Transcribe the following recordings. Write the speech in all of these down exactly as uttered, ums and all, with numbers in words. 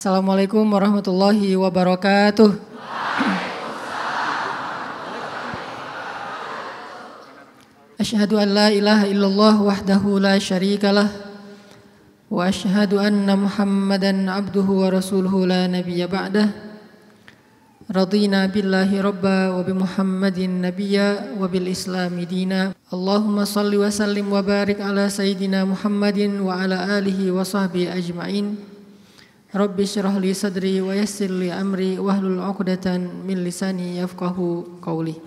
Assalamualaikum warahmatullahi wabarakatuh. Asyhadu an la ilaha illallah wahdahu la syarikalah wa asyhadu anna Muhammadan abduhu wa rasuluhu la nabiyya ba'dah. Radina billahi rabba wa bi Muhammadin nabiyya wa bil islami dina. Allahumma salli wa sallim wa barik ala sayyidina Muhammadin wa ala alihi wa sahbihi ajma'in. Rabbi syrah li sadri wa yassir li amri wahlul 'uqdatan min lisani yafqahu qawli.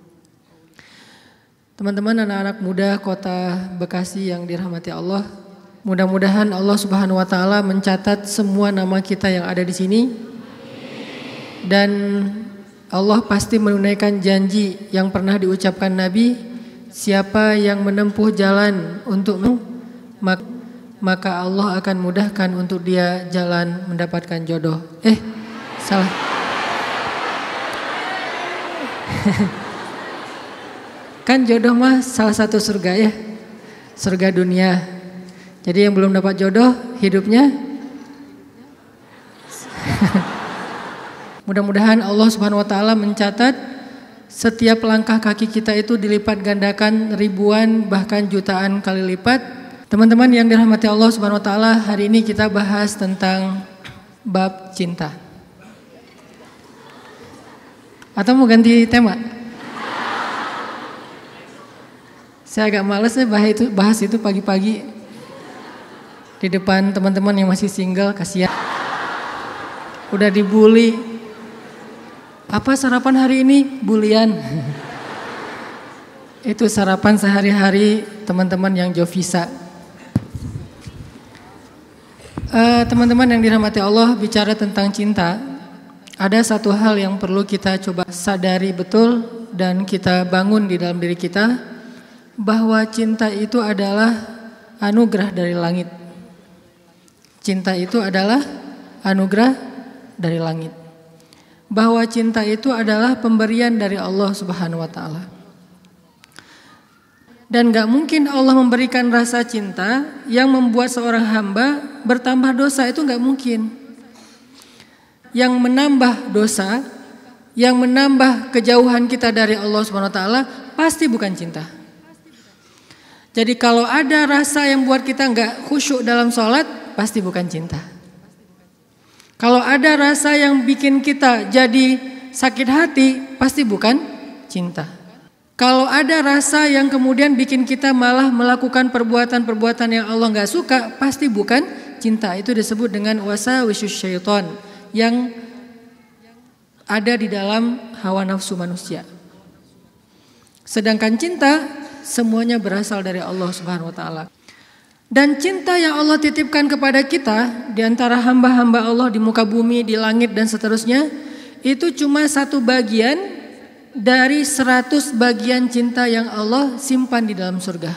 Teman-teman anak-anak muda kota Bekasi yang dirahmati Allah, mudah-mudahan Allah Subhanahu wa taala mencatat semua nama kita yang ada di sini. Dan Allah pasti menunaikan janji yang pernah diucapkan Nabi, siapa yang menempuh jalan untukmu, maka maka Allah akan mudahkan untuk dia jalan mendapatkan jodoh. Eh, salah. Kan jodoh mah salah satu surga ya, surga dunia. Jadi yang belum dapat jodoh hidupnya mudah-mudahan Allah Subhanahu wa taala mencatat setiap langkah kaki kita itu dilipat gandakan ribuan bahkan jutaan kali lipat. Teman-teman yang dirahmati Allah Subhanahu wa taala, hari ini kita bahas tentang bab cinta. Atau mau ganti tema? Saya agak males nih bahas itu, bahas itu pagi-pagi di depan teman-teman yang masih single, kasihan. Udah dibully. Apa sarapan hari ini? Bulian. Itu sarapan sehari-hari teman-teman yang Jovisa. Uh, teman-teman yang dirahmati Allah, bicara tentang cinta, ada satu hal yang perlu kita coba sadari betul dan kita bangun di dalam diri kita, bahwa cinta itu adalah anugerah dari langit. Cinta itu adalah anugerah dari langit. Bahwa cinta itu adalah pemberian dari Allah Subhanahu wa taala. Dan gak mungkin Allah memberikan rasa cinta yang membuat seorang hamba bertambah dosa, itu gak mungkin. Yang menambah dosa, yang menambah kejauhan kita dari Allah Subhanahu wa taala pasti bukan cinta. Jadi kalau ada rasa yang buat kita gak khusyuk dalam sholat, pasti bukan cinta. Kalau ada rasa yang bikin kita jadi sakit hati, pasti bukan cinta. Kalau ada rasa yang kemudian bikin kita malah melakukan perbuatan-perbuatan yang Allah gak suka, pasti bukan cinta. Itu disebut dengan wasawisus syaitan yang ada di dalam hawa nafsu manusia. Sedangkan cinta semuanya berasal dari Allah Subhanahu wa taala. Dan cinta yang Allah titipkan kepada kita di antara hamba-hamba Allah di muka bumi, di langit dan seterusnya, itu cuma satu bagian dari seratus bagian cinta yang Allah simpan di dalam surga.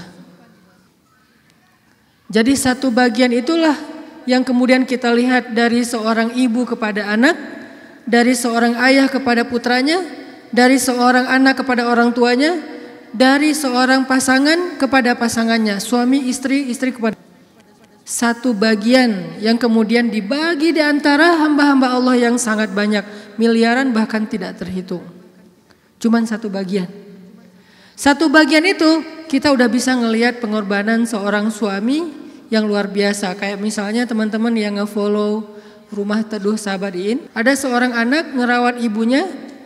Jadi satu bagian itulah yang kemudian kita lihat dari seorang ibu kepada anak, dari seorang ayah kepada putranya, dari seorang anak kepada orang tuanya, dari seorang pasangan kepada pasangannya, suami istri, istri kepada. Satu bagian yang kemudian dibagi di antara hamba-hamba Allah yang sangat banyak, miliaran bahkan tidak terhitung. Cuman satu bagian. Satu bagian itu kita udah bisa ngelihat pengorbanan seorang suami yang luar biasa. Kayak misalnya teman-teman yang nge-follow Rumah Teduh Sabadiin, ada seorang anak ngerawat ibunya.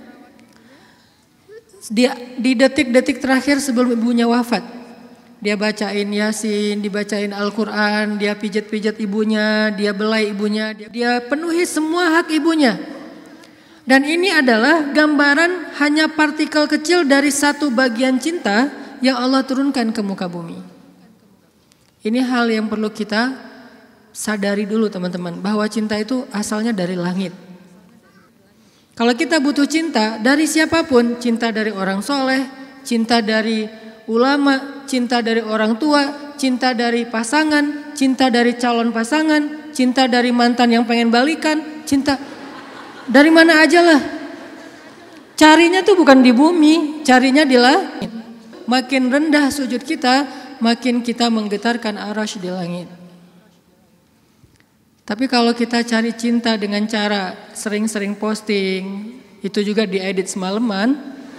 Dia di detik-detik terakhir sebelum ibunya wafat, dia bacain Yasin, dibacain Al-Quran, dia pijat-pijat ibunya, dia belai ibunya, dia, dia penuhi semua hak ibunya. Dan ini adalah gambaran hanya partikel kecil dari satu bagian cinta yang Allah turunkan ke muka bumi. Ini hal yang perlu kita sadari dulu teman-teman, bahwa cinta itu asalnya dari langit. Kalau kita butuh cinta dari siapapun, cinta dari orang soleh, cinta dari ulama, cinta dari orang tua, cinta dari pasangan, cinta dari calon pasangan, cinta dari mantan yang pengen balikan, cinta dari mana aja lah. Carinya tuh bukan di bumi, carinya di langit. Makin rendah sujud kita, makin kita menggetarkan arasy di langit. Tapi kalau kita cari cinta dengan cara sering-sering posting, itu juga diedit semalaman,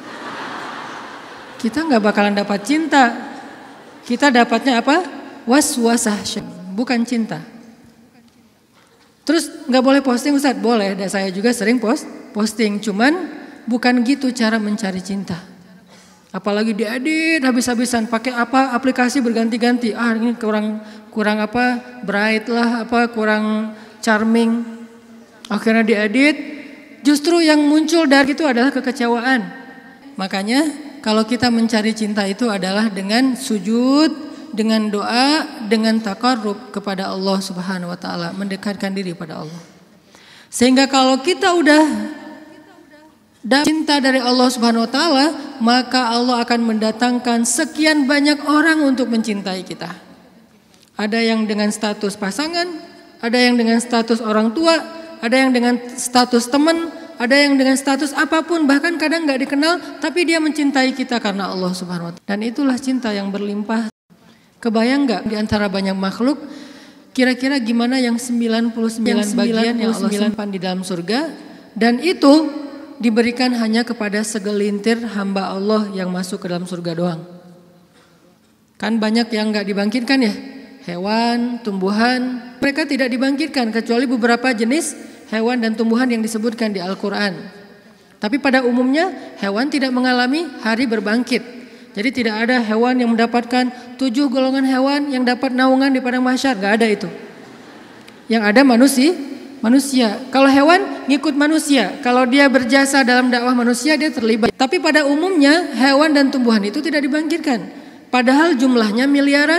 kita nggak bakalan dapat cinta. Kita dapatnya apa? Was-wasah, bukan cinta. Terus nggak boleh posting Ustaz? Boleh, dan saya juga sering post posting, cuman bukan gitu cara mencari cinta. Apalagi diedit habis-habisan, pakai apa aplikasi berganti-ganti. Ah ini kurang kurang apa bright lah, apa kurang charming. Akhirnya diedit, justru yang muncul dari itu adalah kekecewaan. Makanya kalau kita mencari cinta itu adalah dengan sujud, dengan doa, dengan taqarrub kepada Allah Subhanahu wa taala, mendekatkan diri pada Allah. Sehingga kalau kita udah dapat cinta dari Allah Subhanahu wa taala, maka Allah akan mendatangkan sekian banyak orang untuk mencintai kita. Ada yang dengan status pasangan, ada yang dengan status orang tua, ada yang dengan status teman, ada yang dengan status apapun, bahkan kadang gak dikenal, tapi dia mencintai kita karena Allah Subhanahu wa taala. Dan itulah cinta yang berlimpah. Kebayang gak di antara banyak makhluk, kira-kira gimana yang sembilan puluh sembilan bagian yang Allah simpan di dalam surga, dan itu diberikan hanya kepada segelintir hamba Allah yang masuk ke dalam surga doang. Kan banyak yang gak dibangkitkan ya, hewan, tumbuhan, mereka tidak dibangkitkan kecuali beberapa jenis hewan dan tumbuhan yang disebutkan di Al-Quran. Tapi pada umumnya hewan tidak mengalami hari berbangkit. Jadi tidak ada hewan yang mendapatkan tujuh golongan hewan yang dapat naungan di padang mahsyar, gak ada itu. Yang ada manusia, manusia. Kalau hewan ngikut manusia, kalau dia berjasa dalam dakwah manusia dia terlibat. Tapi pada umumnya hewan dan tumbuhan itu tidak dibangkitkan. Padahal jumlahnya miliaran.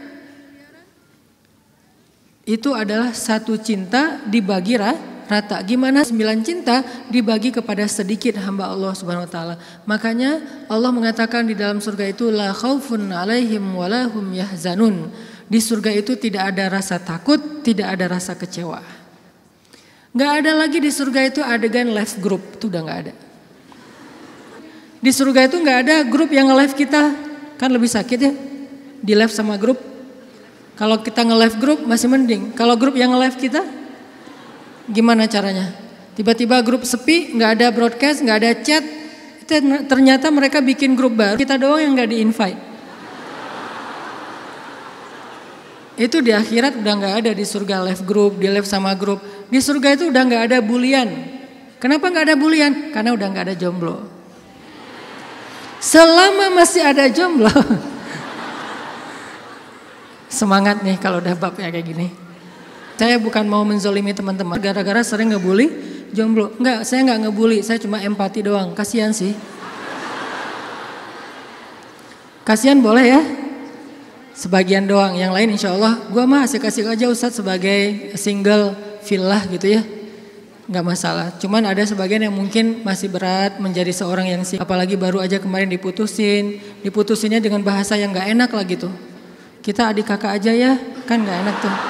Itu adalah satu cinta dibagi rata. Gimana sembilan cinta dibagi kepada sedikit hamba Allah Subhanahu wa taala. Makanya Allah mengatakan di dalam surga itu la khaufun alaihim walahum yahzanun. Di surga itu tidak ada rasa takut, tidak ada rasa kecewa. Gak ada lagi di surga itu adegan live group, itu udah gak ada. Di surga itu gak ada grup yang nge-live kita, kan lebih sakit ya di live sama grup. Kalau kita nge-live grup masih mending. Kalau grup yang nge-live kita, gimana caranya? Tiba-tiba grup sepi, nggak ada broadcast, nggak ada chat. Ternyata mereka bikin grup baru, kita doang yang nggak di-invite. Itu di akhirat udah nggak ada di surga live group, di live sama grup. Di surga itu udah nggak ada bulian. Kenapa nggak ada bulian? Karena udah nggak ada jomblo. Selama masih ada jomblo, semangat nih kalau udah babnya kayak gini. Saya bukan mau menzolimi teman-teman gara-gara sering ngebully jomblo. Enggak, saya enggak ngebully, saya cuma empati doang. Kasihan sih. Kasihan boleh ya. Sebagian doang, yang lain insya Allah gue mah asik-asik aja Ustadz sebagai single villah gitu ya. Enggak masalah. Cuman ada sebagian yang mungkin masih berat menjadi seorang yang single. Apalagi baru aja kemarin diputusin. Diputusinnya dengan bahasa yang enggak enak lah gitu. Kita adik kakak aja ya, kan enggak enak tuh.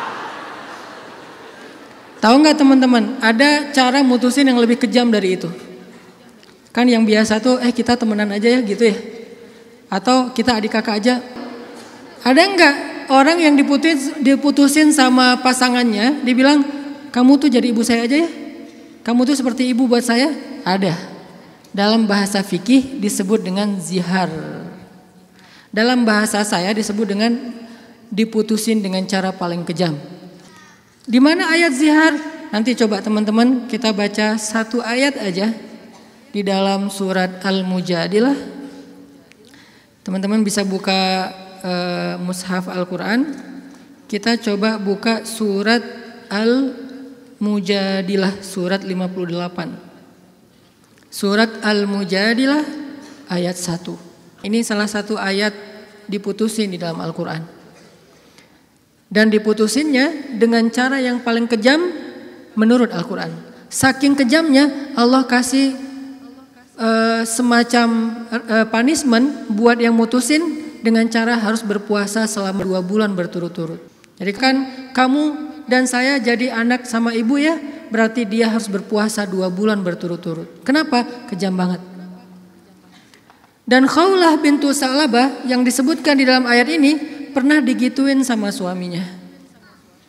Tahu nggak teman-teman, ada cara mutusin yang lebih kejam dari itu. Kan yang biasa tuh, eh kita temenan aja ya gitu ya. Atau kita adik kakak aja. Ada nggak orang yang diputusin, diputusin sama pasangannya, dibilang kamu tuh jadi ibu saya aja ya. Kamu tuh seperti ibu buat saya. Ada. Dalam bahasa fikih disebut dengan zihar. Dalam bahasa saya disebut dengan diputusin dengan cara paling kejam. Di mana ayat zihar? Nanti coba teman-teman kita baca satu ayat aja di dalam surat Al-Mujadilah. Teman-teman bisa buka uh, mushaf Al-Quran. Kita coba buka surat Al-Mujadilah surat lima puluh delapan. Surat Al-Mujadilah ayat satu. Ini salah satu ayat diputusin di dalam Al-Quran. Dan diputusinnya dengan cara yang paling kejam menurut Al-Quran. Saking kejamnya Allah kasih uh, semacam uh, punishment buat yang mutusin dengan cara harus berpuasa selama dua bulan berturut-turut. Jadi kan kamu dan saya jadi anak sama ibu ya, berarti dia harus berpuasa dua bulan berturut-turut. Kenapa? Kejam banget. Dan Khawlah bintu Sa'labah yang disebutkan di dalam ayat ini pernah digituin sama suaminya.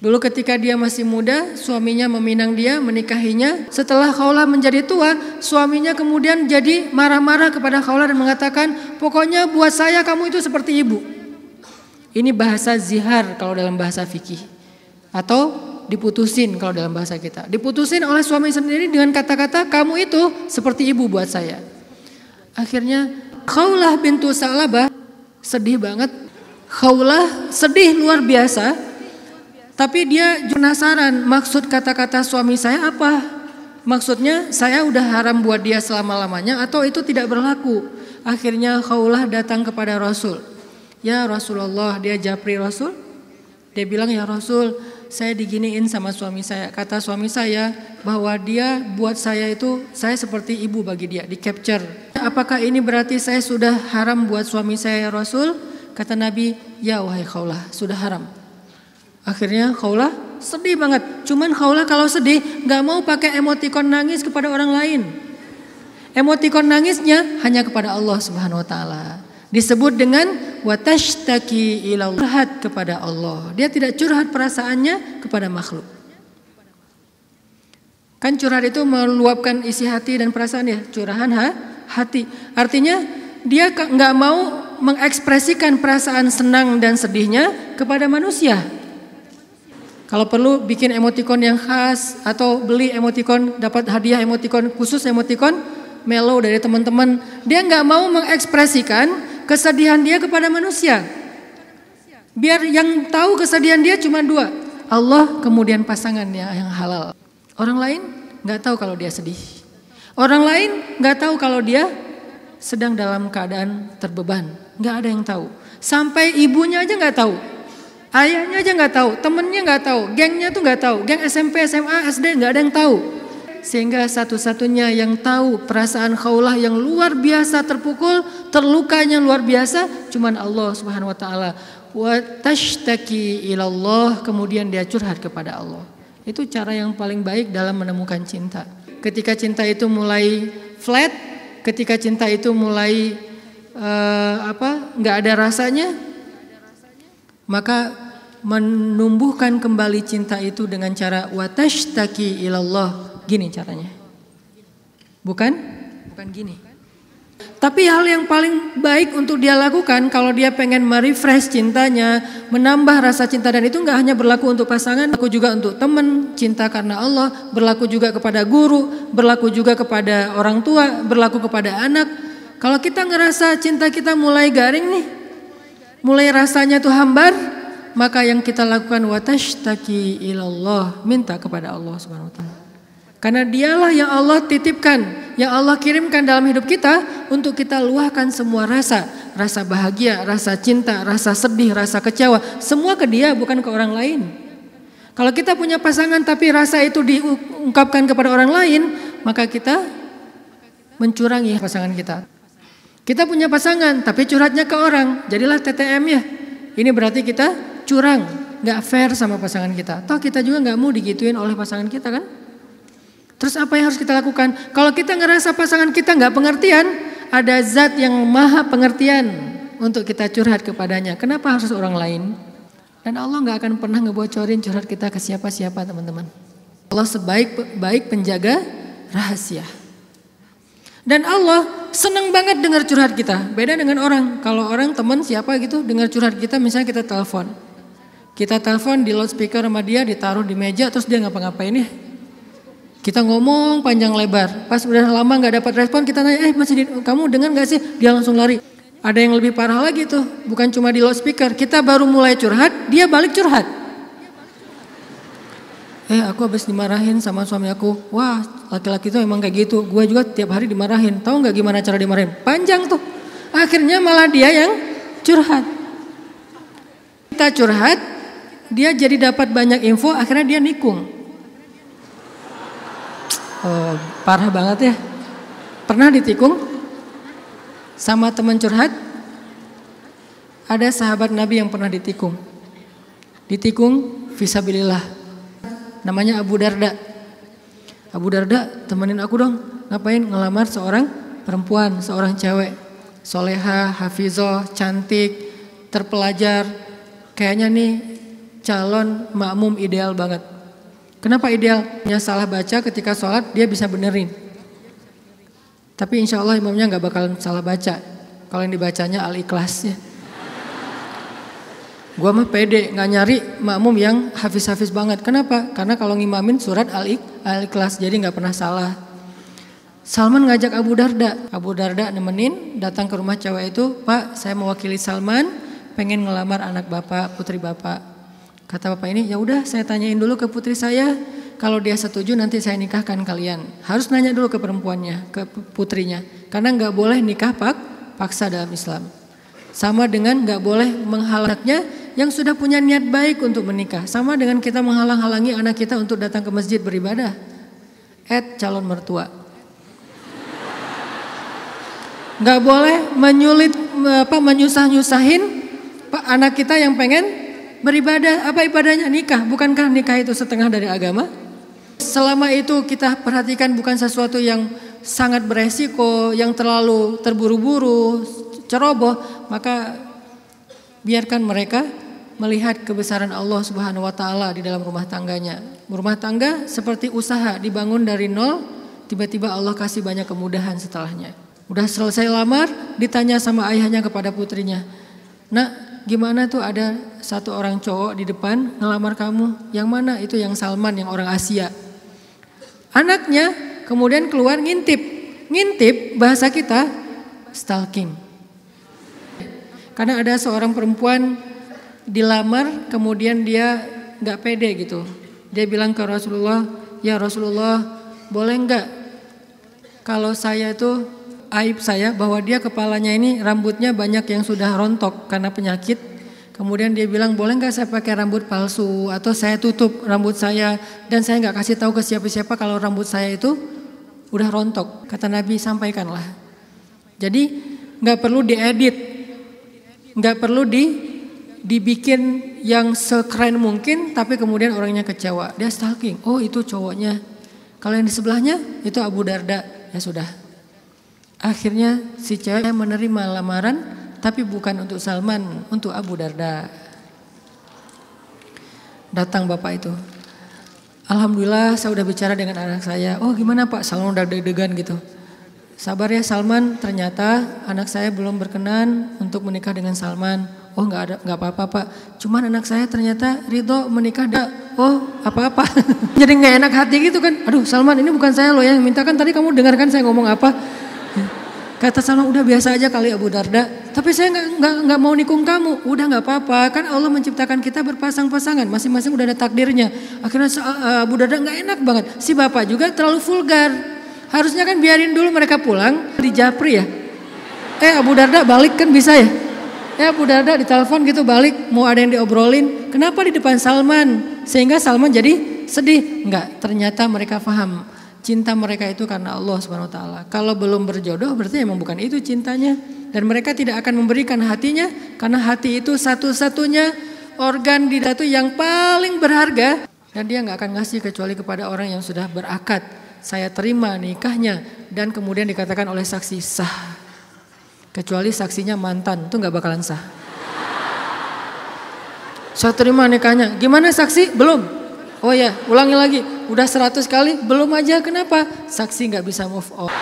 Dulu ketika dia masih muda, suaminya meminang dia, menikahinya. Setelah Khawlah menjadi tua, suaminya kemudian jadi marah-marah kepada Khawlah dan mengatakan, pokoknya buat saya kamu itu seperti ibu. Ini bahasa zihar kalau dalam bahasa fikih. Atau diputusin kalau dalam bahasa kita. Diputusin oleh suami sendiri dengan kata-kata, kamu itu seperti ibu buat saya. Akhirnya Khawlah bintu Sa'labah sedih banget. Khawlah sedih luar biasa. Tapi dia penasaran maksud kata-kata suami saya apa? Maksudnya saya udah haram buat dia selama-lamanya atau itu tidak berlaku? Akhirnya Khawlah datang kepada Rasul. Ya Rasulullah, dia japri Rasul. Dia bilang, ya Rasul, saya diginiin sama suami saya. Kata suami saya bahwa dia buat saya itu, saya seperti ibu bagi dia, di capture. Apakah ini berarti saya sudah haram buat suami saya ya Rasul? Kata Nabi, ya wahai Khawlah, sudah haram. Akhirnya Khawlah sedih banget. Cuman Khawlah kalau sedih gak mau pakai emotikon nangis kepada orang lain. Emotikon nangisnya hanya kepada Allah Subhanahu Wa Taala. Disebut dengan watashtaki ilallah, curhat kepada Allah. Dia tidak curhat perasaannya kepada makhluk. Kan curhat itu meluapkan isi hati dan perasaan ya, curahan ha, hati. Artinya dia gak mau mengekspresikan perasaan senang dan sedihnya kepada manusia. Kalau perlu bikin emotikon yang khas atau beli emotikon, dapat hadiah emotikon khusus, emotikon mellow dari teman-teman. Dia nggak mau mengekspresikan kesedihan dia kepada manusia. Biar yang tahu kesedihan dia cuma dua, Allah kemudian pasangannya yang halal. Orang lain nggak tahu kalau dia sedih. Orang lain nggak tahu kalau dia sedang dalam keadaan terbeban. Nggak ada yang tahu. Sampai ibunya aja nggak tahu. Ayahnya aja nggak tahu, temennya nggak tahu, gengnya tuh nggak tahu, geng S M P, S M A, S D nggak ada yang tahu. Sehingga satu-satunya yang tahu perasaan Khawlah yang luar biasa terpukul, terlukanya luar biasa, cuman Allah Subhanahu Wa Taala. Wa tashtaki ilallah, kemudian dia curhat kepada Allah. Itu cara yang paling baik dalam menemukan cinta. Ketika cinta itu mulai flat, ketika cinta itu mulai uh, apa, nggak ada rasanya, maka menumbuhkan kembali cinta itu dengan cara watashtaki ilallah. Gini caranya. Bukan? Bukan gini. Tapi hal yang paling baik untuk dia lakukan kalau dia pengen merefresh cintanya, menambah rasa cinta, dan itu nggak hanya berlaku untuk pasangan, berlaku juga untuk teman, cinta karena Allah, berlaku juga kepada guru, berlaku juga kepada orang tua, berlaku kepada anak. Kalau kita ngerasa cinta kita mulai garing nih, mulai rasanya tuh hambar, maka yang kita lakukan watashtaki ilallah, minta kepada Allah Subhanahu Wa Taala. Karena dialah yang Allah titipkan, yang Allah kirimkan dalam hidup kita untuk kita luahkan semua rasa, rasa bahagia, rasa cinta, rasa sedih, rasa kecewa, semua ke dia, bukan ke orang lain. Kalau kita punya pasangan tapi rasa itu diungkapkan kepada orang lain, maka kita mencurangi pasangan kita. Kita punya pasangan tapi curhatnya ke orang, jadilah T T M ya. Ini berarti kita curang, gak fair sama pasangan kita. Toh kita juga gak mau digituin oleh pasangan kita kan. Terus apa yang harus kita lakukan? Kalau kita ngerasa pasangan kita gak pengertian, ada zat yang maha pengertian untuk kita curhat kepadanya. Kenapa harus orang lain? Dan Allah gak akan pernah ngebocorin curhat kita ke siapa-siapa teman-teman. Allah sebaik-baik penjaga rahasia. Dan Allah senang banget dengar curhat kita. Beda dengan orang. Kalau orang teman siapa gitu dengar curhat kita, misalnya kita telepon. Kita telepon di loudspeaker sama dia, ditaruh di meja, terus dia ngapa-ngapain ya. Kita ngomong panjang lebar. Pas udah lama gak dapat respon, kita nanya, eh masih di, kamu dengar gak sih? Dia langsung lari. Ada yang lebih parah lagi tuh. Bukan cuma di loudspeaker. Kita baru mulai curhat, dia balik curhat. Eh aku habis dimarahin sama suami aku. Wah laki-laki itu emang kayak gitu. Gue juga tiap hari dimarahin. Tahu nggak gimana cara dimarahin? Panjang tuh. Akhirnya malah dia yang curhat. Kita curhat, dia jadi dapat banyak info. Akhirnya dia nikung. Oh, parah banget ya. Pernah ditikung sama teman curhat? Ada sahabat Nabi yang pernah ditikung. Ditikung fisabilillah. Namanya Abu Darda. Abu Darda, temenin aku dong. Ngapain? Ngelamar seorang perempuan, seorang cewek. Soleha, hafizah, cantik, terpelajar. Kayaknya nih calon makmum ideal banget. Kenapa ideal? Dia salah baca ketika sholat dia bisa benerin. Tapi insya Allah imamnya nggak bakalan salah baca. Kalau yang dibacanya Al-Ikhlasnya. Gua mah pede nggak nyari makmum yang hafiz-hafiz banget. Kenapa? Karena kalau ngimamin surat Al-Ikhlas jadi nggak pernah salah. Salman ngajak Abu Darda. Abu Darda nemenin datang ke rumah cewek itu. Pak, saya mewakili Salman, pengen ngelamar anak bapak, putri bapak. Kata bapak ini, ya udah saya tanyain dulu ke putri saya, kalau dia setuju nanti saya nikahkan kalian. Harus nanya dulu ke perempuannya, ke putrinya, karena nggak boleh nikah pak, paksa dalam Islam. Sama dengan nggak boleh menghalangnya yang sudah punya niat baik untuk menikah. Sama dengan kita menghalang-halangi anak kita untuk datang ke masjid beribadah. Ed calon mertua. Nggak boleh menyulit, apa menyusah-nyusahin anak kita yang pengen beribadah. Apa ibadahnya? Nikah. Bukankah nikah itu setengah dari agama? Selama itu kita perhatikan bukan sesuatu yang sangat beresiko, yang terlalu terburu-buru, ceroboh, maka biarkan mereka melihat kebesaran Allah Subhanahu wa taala di dalam rumah tangganya. Rumah tangga seperti usaha dibangun dari nol, tiba-tiba Allah kasih banyak kemudahan setelahnya. Udah selesai lamar, ditanya sama ayahnya kepada putrinya, "Nak, gimana tuh ada satu orang cowok di depan ngelamar kamu? Yang mana?" Itu yang Salman, yang orang Asia. Anaknya kemudian keluar ngintip. Ngintip bahasa kita stalking. Karena ada seorang perempuan dilamar kemudian dia gak pede gitu. Dia bilang ke Rasulullah, "Ya Rasulullah, boleh gak kalau saya itu aib saya bahwa dia kepalanya ini rambutnya banyak yang sudah rontok karena penyakit." Kemudian dia bilang, "Boleh nggak saya pakai rambut palsu atau saya tutup rambut saya dan saya nggak kasih tahu ke siapa-siapa kalau rambut saya itu udah rontok." Kata Nabi, "Sampaikanlah." Jadi nggak perlu diedit, nggak perlu di dibikin yang sekeren mungkin, tapi kemudian orangnya kecewa. Dia stalking. Oh, itu cowoknya. Kalau yang di sebelahnya itu Abu Darda. Ya sudah. Akhirnya si cewek menerima lamaran, tapi bukan untuk Salman, untuk Abu Darda. Datang bapak itu. "Alhamdulillah saya udah bicara dengan anak saya." "Oh gimana Pak?" Salman udah deg-degan gitu. "Sabar ya Salman, ternyata anak saya belum berkenan untuk menikah dengan Salman." "Oh nggak ada, nggak apa-apa Pak. Cuman anak saya ternyata ridho menikah." "Oh apa-apa." Jadi nggak enak hati gitu kan. "Aduh Salman, ini bukan saya loh yang minta, kan tadi kamu dengarkan saya ngomong apa." Kata Salman, "Udah biasa aja kali Abu Darda. Tapi saya nggak nggak nggak mau nikung kamu." "Udah nggak apa-apa, kan Allah menciptakan kita berpasang-pasangan, masing-masing udah ada takdirnya." Akhirnya Abu Darda nggak enak banget. Si bapak juga terlalu vulgar. Harusnya kan biarin dulu mereka pulang di Japri ya. Eh Abu Darda balik kan bisa ya. Eh Abu Darda ditelepon gitu balik, mau ada yang diobrolin. Kenapa di depan Salman? Sehingga Salman jadi sedih. Enggak, ternyata mereka paham. Cinta mereka itu karena Allah Subhanahu wa taala. Kalau belum berjodoh berarti emang bukan itu cintanya. Dan mereka tidak akan memberikan hatinya karena hati itu satu-satunya organ di datu yang paling berharga. Dan dia gak akan ngasih kecuali kepada orang yang sudah berakad. Saya terima nikahnya, dan kemudian dikatakan oleh saksi sah. Kecuali saksinya mantan, itu gak bakalan sah. "Saya terima nikahnya." "Gimana saksi?" "Belum." "Oh ya, ulangi lagi." "Udah seratus kali, belum aja." "Kenapa?" "Saksi gak bisa move on."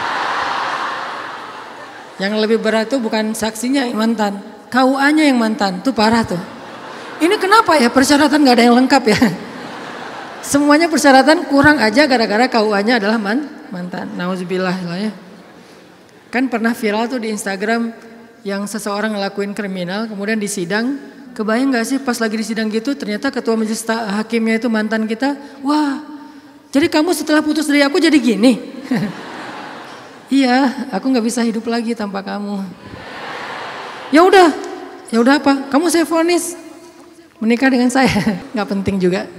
Yang lebih berat tuh bukan saksinya yang mantan, K U A-nya yang mantan, tuh parah tuh. Ini kenapa ya persyaratan gak ada yang lengkap ya? Semuanya persyaratan kurang aja gara-gara K U A-nya adalah man, mantan. Nauzubillah lah ya. Kan pernah viral tuh di Instagram yang seseorang ngelakuin kriminal kemudian disidang. Kebayang gak sih pas lagi di sidang gitu ternyata ketua majelis hakimnya itu mantan kita. "Wah, jadi kamu setelah putus dari aku jadi gini?" "Iya, aku gak bisa hidup lagi tanpa kamu." "Ya udah, ya udah apa? Kamu saya vonis menikah dengan saya." Gak penting juga.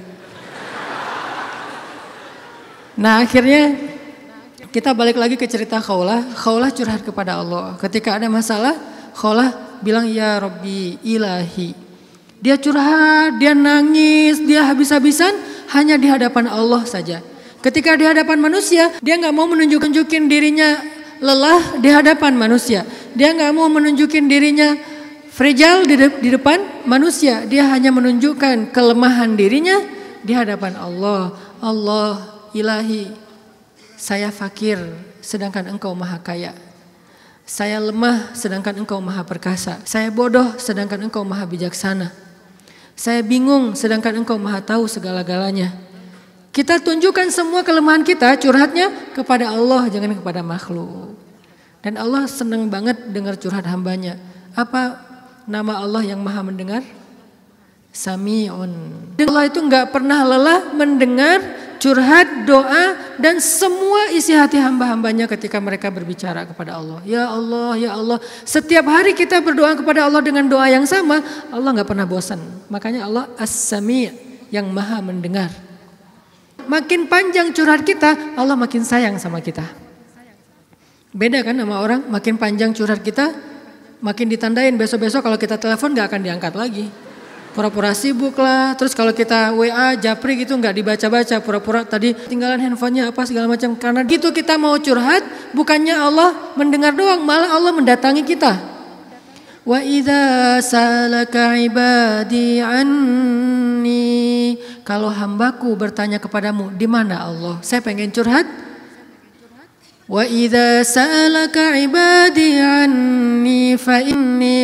Nah akhirnya kita balik lagi ke cerita Khawlah. Khawlah curhat kepada Allah. Ketika ada masalah, Khawlah bilang, "Ya Rabbi ilahi." Dia curhat, dia nangis, dia habis-habisan hanya di hadapan Allah saja. Ketika di hadapan manusia, dia gak mau menunjuk-nunjukin dirinya lelah di hadapan manusia. Dia gak mau menunjukin dirinya fragile di, de- di depan manusia. Dia hanya menunjukkan kelemahan dirinya di hadapan Allah. Allah, ilahi, saya fakir sedangkan engkau maha kaya. Saya lemah sedangkan engkau maha perkasa. Saya bodoh sedangkan engkau maha bijaksana. Saya bingung sedangkan engkau maha tahu segala-galanya. Kita tunjukkan semua kelemahan kita, curhatnya kepada Allah, jangan kepada makhluk. Dan Allah senang banget dengar curhat hambanya. Apa nama Allah yang maha mendengar? Sami'un. Allah itu gak pernah lelah mendengar curhat, doa, dan semua isi hati hamba-hambanya ketika mereka berbicara kepada Allah. Ya Allah, ya Allah. Setiap hari kita berdoa kepada Allah dengan doa yang sama, Allah gak pernah bosan. Makanya Allah As-Sami' yang maha mendengar. Makin panjang curhat kita, Allah makin sayang sama kita. Beda kan sama orang, makin panjang curhat kita, makin ditandain besok-besok kalau kita telepon gak akan diangkat lagi. Pura-pura sibuk lah, terus kalau kita W A, japri gitu gak dibaca-baca, pura-pura tadi tinggalan handphonenya apa segala macam. Karena gitu kita mau curhat, bukannya Allah mendengar doang, malah Allah mendatangi kita. Wa idza salaka ibadi anni, kalau hambaku bertanya kepadamu, di mana Allah? Saya pengen curhat. Wa idza sa'alaka ibadi anni fa inni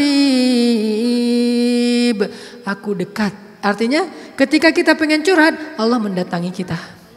qarib. Aku dekat. Artinya ketika kita pengen curhat, Allah mendatangi kita.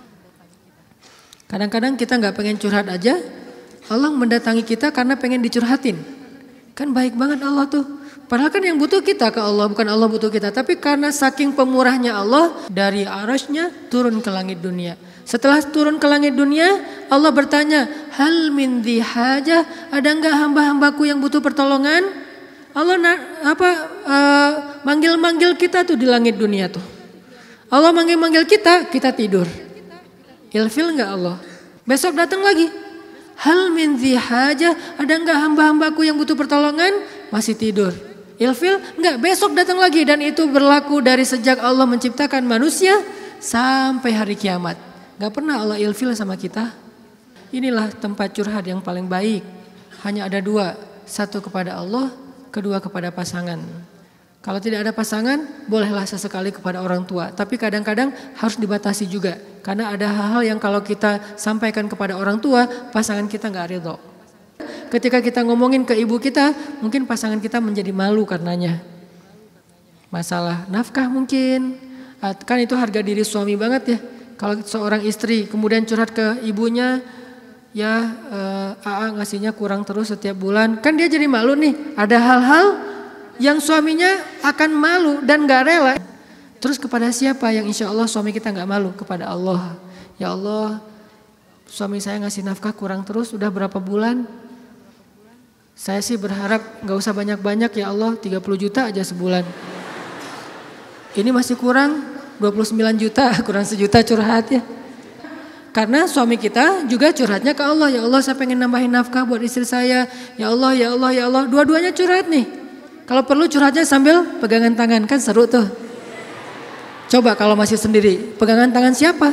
Kadang-kadang kita nggak pengen curhat aja, Allah mendatangi kita karena pengen dicurhatin. Kan baik banget Allah tuh. Padahal kan yang butuh kita ke Allah, bukan Allah butuh kita. Tapi karena saking pemurahnya Allah, dari arasnya turun ke langit dunia. Setelah turun ke langit dunia, Allah bertanya, hal min dhi hajah, ada enggak hamba-hambaku yang butuh pertolongan? Allah na- apa uh, manggil-manggil kita tuh di langit dunia tuh. Allah manggil-manggil kita, kita tidur. Ilfil enggak Allah? Besok datang lagi. Hal min dhi hajah, ada enggak hamba-hambaku yang butuh pertolongan? Masih tidur. Ilfil enggak, besok datang lagi, dan itu berlaku dari sejak Allah menciptakan manusia sampai hari kiamat. Gak pernah Allah ilfil sama kita. Inilah tempat curhat yang paling baik. Hanya ada dua. Satu kepada Allah, kedua kepada pasangan. Kalau tidak ada pasangan, bolehlah sesekali kepada orang tua. Tapi kadang-kadang harus dibatasi juga. Karena ada hal-hal yang kalau kita sampaikan kepada orang tua, pasangan kita gak ridho. Ketika kita ngomongin ke ibu kita, mungkin pasangan kita menjadi malu karenanya. Masalah nafkah mungkin. Kan itu harga diri suami banget ya. Kalau seorang istri kemudian curhat ke ibunya, ya uh, A A ngasihnya kurang terus setiap bulan. Kan dia jadi malu nih. Ada hal-hal yang suaminya akan malu dan gak rela. Terus kepada siapa yang insya Allah suami kita gak malu? Kepada Allah. Ya Allah, suami saya ngasih nafkah kurang terus udah berapa bulan? Saya sih berharap gak usah banyak-banyak ya Allah, tiga puluh juta aja sebulan. Ini masih kurang dua puluh sembilan juta, kurang sejuta curhat ya. Karena suami kita juga curhatnya ke Allah. Ya Allah, saya pengen nambahin nafkah buat istri saya. Ya Allah, ya Allah, ya Allah. Dua-duanya curhat nih. Kalau perlu curhatnya sambil pegangan tangan, kan seru tuh. Coba kalau masih sendiri, pegangan tangan siapa?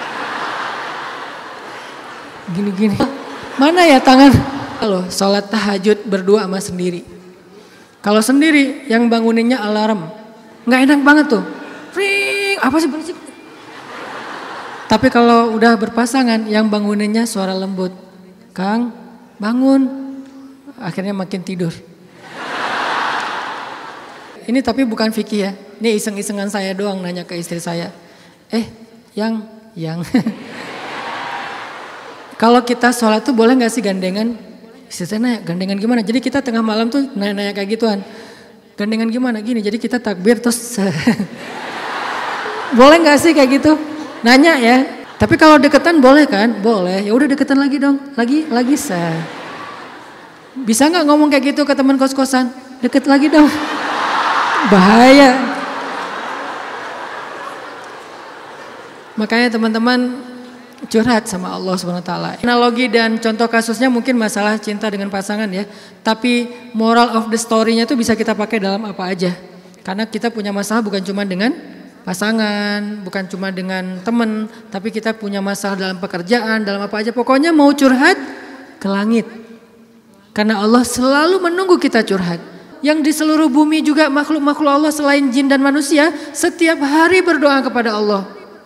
Gini-gini. Mana ya tangan? Kalau sholat tahajud berdua sama sendiri. Kalau sendiri yang banguninnya alarm. Gak enak banget tuh. Ring, apa sih berisik? Tapi kalau udah berpasangan yang banguninnya suara lembut. Kang, bangun. Akhirnya makin tidur. Ini tapi bukan fikih ya. Ini iseng-isengan saya doang nanya ke istri saya. Eh, yang, yang. Kalau kita sholat tuh boleh gak sih gandengan? Istri saya nanya, gandengan gimana? Jadi kita tengah malam tuh nanya-nanya kayak gituan. Gandengan gimana? Gini, jadi kita takbir terus. Boleh gak sih kayak gitu? Nanya ya. Tapi kalau deketan boleh kan? Boleh. Ya udah deketan lagi dong. Lagi, lagi sah. Bisa nggak ngomong kayak gitu ke teman kos-kosan? Deket lagi dong. Bahaya. Makanya teman-teman curhat sama Allah subhanahu wa taala. Analogi dan contoh kasusnya mungkin masalah cinta dengan pasangan ya. Tapi moral of the story-nya itu bisa kita pakai dalam apa aja. Karena kita punya masalah bukan cuma dengan pasangan, bukan cuma dengan teman, tapi kita punya masalah dalam pekerjaan, dalam apa aja. Pokoknya mau curhat ke langit. Karena Allah selalu menunggu kita curhat. yang di seluruh bumi juga makhluk-makhluk Allah selain jin dan manusia setiap hari berdoa kepada Allah.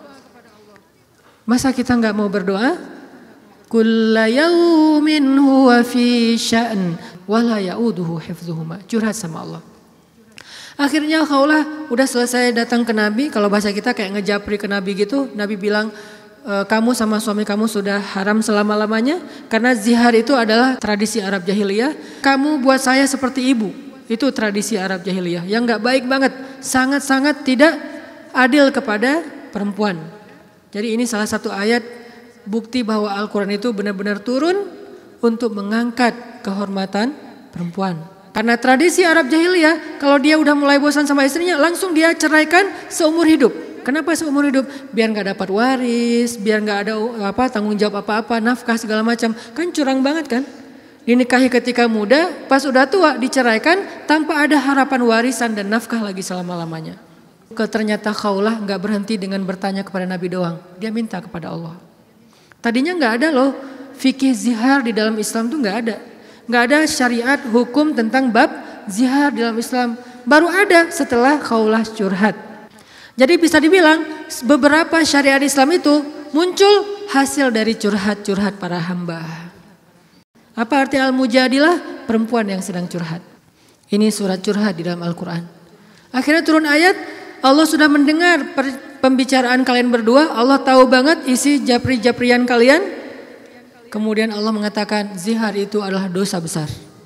Masa kita nggak mau berdoa? Kulla yaumin huwa fi sya'n wa la ya'uduhu hifdzuhuma. Curhat sama Allah. Akhirnya Khawlah udah selesai datang ke Nabi, kalau bahasa kita kayak ngejapri ke Nabi gitu. Nabi bilang, e, kamu sama suami kamu sudah haram selama-lamanya karena zihar itu adalah tradisi Arab jahiliyah. Kamu buat saya seperti ibu. Itu tradisi Arab jahiliyah yang gak baik banget, sangat-sangat tidak adil kepada perempuan. Jadi ini salah satu ayat bukti bahwa Al-Quran itu benar-benar turun untuk mengangkat kehormatan perempuan. Karena tradisi Arab jahiliyah, kalau dia udah mulai bosan sama istrinya, langsung dia ceraikan seumur hidup. Kenapa seumur hidup? Biar gak dapat waris, biar gak ada apa tanggung jawab apa-apa, nafkah segala macam. Kan curang banget kan? Dinikahi ketika muda, pas udah tua diceraikan tanpa ada harapan warisan dan nafkah lagi selama-lamanya. Ternyata Khawlah gak berhenti dengan bertanya kepada Nabi doang. Dia minta kepada Allah. Tadinya gak ada loh fikih zihar di dalam Islam tuh gak ada. Gak ada syariat hukum tentang bab zihar di dalam Islam. Baru ada setelah Khawlah curhat. Jadi bisa dibilang beberapa syariat Islam itu muncul hasil dari curhat-curhat para hamba. Apa arti al-mujadilah? Perempuan yang sedang curhat. Ini surat curhat di dalam Al-Quran. Akhirnya turun ayat, Allah sudah mendengar pembicaraan kalian berdua. Allah tahu banget isi japri-japrian kalian. Kemudian Allah mengatakan zihar itu adalah dosa besar.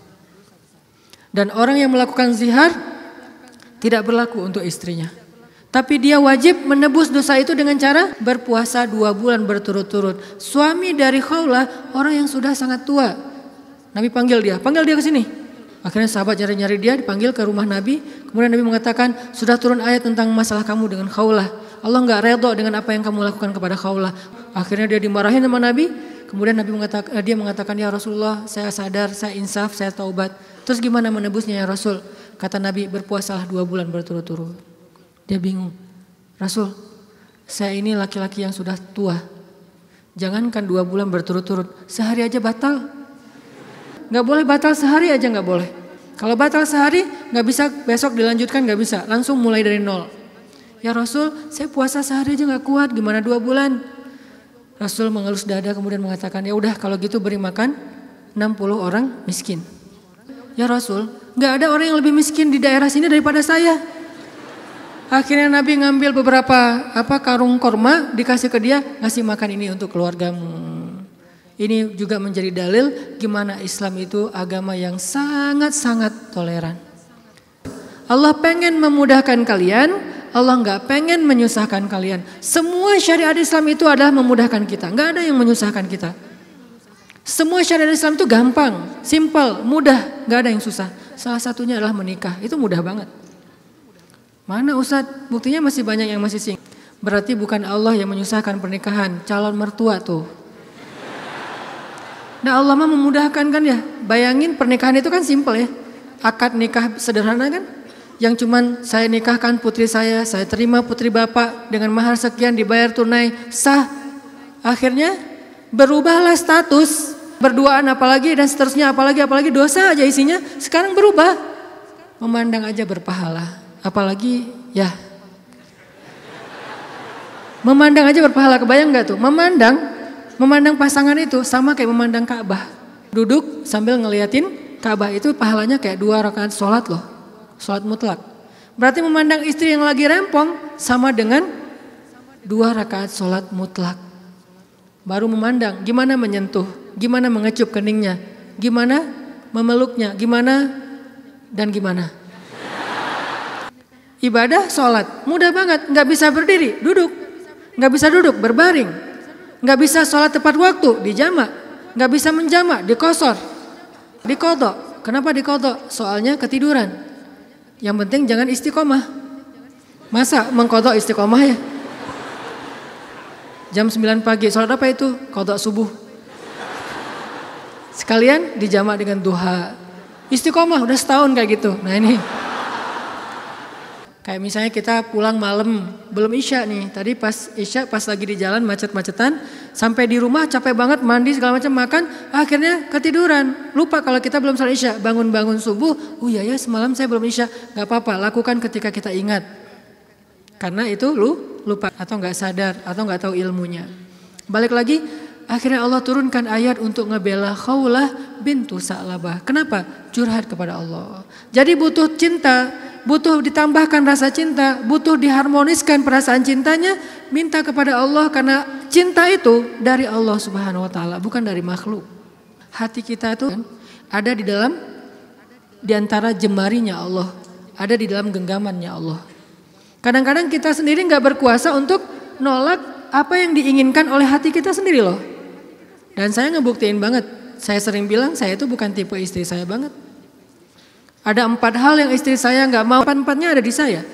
Dan orang yang melakukan zihar tidak berlaku untuk istrinya. Tapi dia wajib menebus dosa itu dengan cara berpuasa dua bulan berturut-turut. Suami dari Khawlah orang yang sudah sangat tua. Nabi panggil dia, panggil dia ke sini. Akhirnya sahabat nyari-nyari dia, dipanggil ke rumah Nabi. Kemudian Nabi mengatakan, sudah turun ayat tentang masalah kamu dengan Khawlah. Allah nggak redho dengan apa yang kamu lakukan kepada Khawlah. Akhirnya dia dimarahin sama Nabi. Kemudian Nabi mengatakan, dia mengatakan, ya Rasulullah, saya sadar, saya insaf, saya taubat. Terus gimana menebusnya ya Rasul? Kata Nabi, berpuasalah dua bulan berturut-turut. Dia bingung. Rasul, saya ini laki-laki yang sudah tua. Jangankan dua bulan berturut-turut, sehari aja batal. Gak boleh batal sehari aja gak boleh. Kalau batal sehari gak bisa besok dilanjutkan gak bisa. Langsung mulai dari nol. Ya Rasul, saya puasa sehari aja gak kuat, gimana dua bulan? Rasul mengelus dada kemudian mengatakan, ya udah kalau gitu beri makan enam puluh orang miskin. Ya Rasul, gak ada orang yang lebih miskin di daerah sini daripada saya. Akhirnya Nabi ngambil beberapa apa karung korma, dikasih ke dia, ngasih makan ini untuk keluargamu. Ini juga menjadi dalil gimana Islam itu agama yang sangat-sangat toleran. Allah pengen memudahkan kalian, Allah nggak pengen menyusahkan kalian. Semua syariat Islam itu adalah memudahkan kita, nggak ada yang menyusahkan kita. Semua syariat Islam itu gampang, simple, mudah, nggak ada yang susah. Salah satunya adalah menikah, itu mudah banget. Mana Ustadz? Buktinya masih banyak yang masih sing. Berarti bukan Allah yang menyusahkan pernikahan, calon mertua tuh. Nah Allah mah memudahkan kan ya. Bayangin pernikahan itu kan simple ya. Akad nikah sederhana kan. Yang cuman saya nikahkan putri saya, saya terima putri bapak dengan mahar sekian dibayar tunai, sah. Akhirnya berubahlah status, berduaan apalagi dan seterusnya apalagi apalagi dosa aja isinya. Sekarang berubah. Memandang aja berpahala. Apalagi ya. Memandang aja berpahala, kebayang gak tuh? Memandang Memandang pasangan itu sama kayak memandang Ka'bah. Duduk sambil ngeliatin Ka'bah itu pahalanya kayak dua rakaat sholat loh. Sholat mutlak. Berarti memandang istri yang lagi rempong sama dengan dua rakaat sholat mutlak. Baru memandang gimana menyentuh, gimana mengecup keningnya, gimana memeluknya, gimana dan gimana. Ibadah sholat mudah banget, gak bisa berdiri, duduk. Gak bisa duduk, berbaring. Gak bisa sholat tepat waktu, dijamak. Gak bisa menjamak, dikosor, dikodok. Kenapa dikodok? Soalnya ketiduran. Yang penting jangan istiqomah. Masa mengkodok istiqomah ya? Jam sembilan pagi, sholat apa itu? Kodok subuh. Sekalian dijamak dengan duha. Istiqomah, udah setahun kayak gitu. Nah ini. Kayak misalnya kita pulang malam, belum isya nih. Tadi pas isya, pas lagi di jalan macet-macetan, sampai di rumah capek banget, mandi segala macam, makan, akhirnya ketiduran. Lupa kalau kita belum salat isya, bangun-bangun subuh, oh iya ya semalam saya belum isya. Gak apa-apa, lakukan ketika kita ingat. Karena itu lu lupa atau gak sadar atau gak tahu ilmunya. Balik lagi, akhirnya Allah turunkan ayat untuk ngebela Khawlah bintu Sa'labah. Kenapa? Curhat kepada Allah. Jadi butuh cinta, butuh ditambahkan rasa cinta, butuh diharmoniskan perasaan cintanya, minta kepada Allah karena cinta itu dari Allah Subhanahu wa taala, bukan dari makhluk. Hati kita itu ada di dalam di antara jemarinya Allah, ada di dalam genggamannya Allah. Kadang-kadang kita sendiri nggak berkuasa untuk nolak apa yang diinginkan oleh hati kita sendiri loh. Dan saya ngebuktiin banget, saya sering bilang saya itu bukan tipe istri saya banget. Ada empat hal yang istri saya nggak mau, empat-empatnya ada di saya.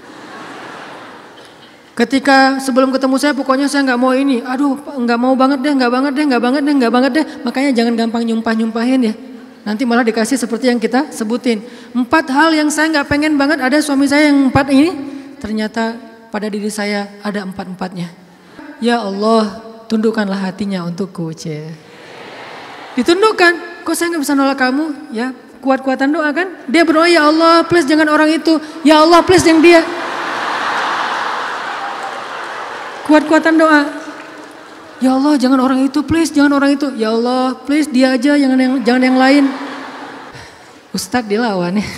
Ketika sebelum ketemu saya pokoknya saya nggak mau ini, aduh nggak mau banget deh, nggak banget deh, nggak banget deh, nggak banget deh. Makanya jangan gampang nyumpah-nyumpahin ya. Nanti malah dikasih seperti yang kita sebutin. Empat hal yang saya nggak pengen banget ada suami saya yang empat ini, ternyata pada diri saya ada empat-empatnya. Ya Allah, tundukkanlah hatinya untukku, ce. Ditundukkan, kok saya nggak bisa nolak kamu, ya. Kuat-kuatan doa kan? Dia berdoa, ya Allah please jangan orang itu. Ya Allah please yang dia. Kuat-kuatan doa. Ya Allah jangan orang itu please, jangan orang itu. Ya Allah please dia aja, jangan yang, jangan yang lain. Ustadz dilawan ya.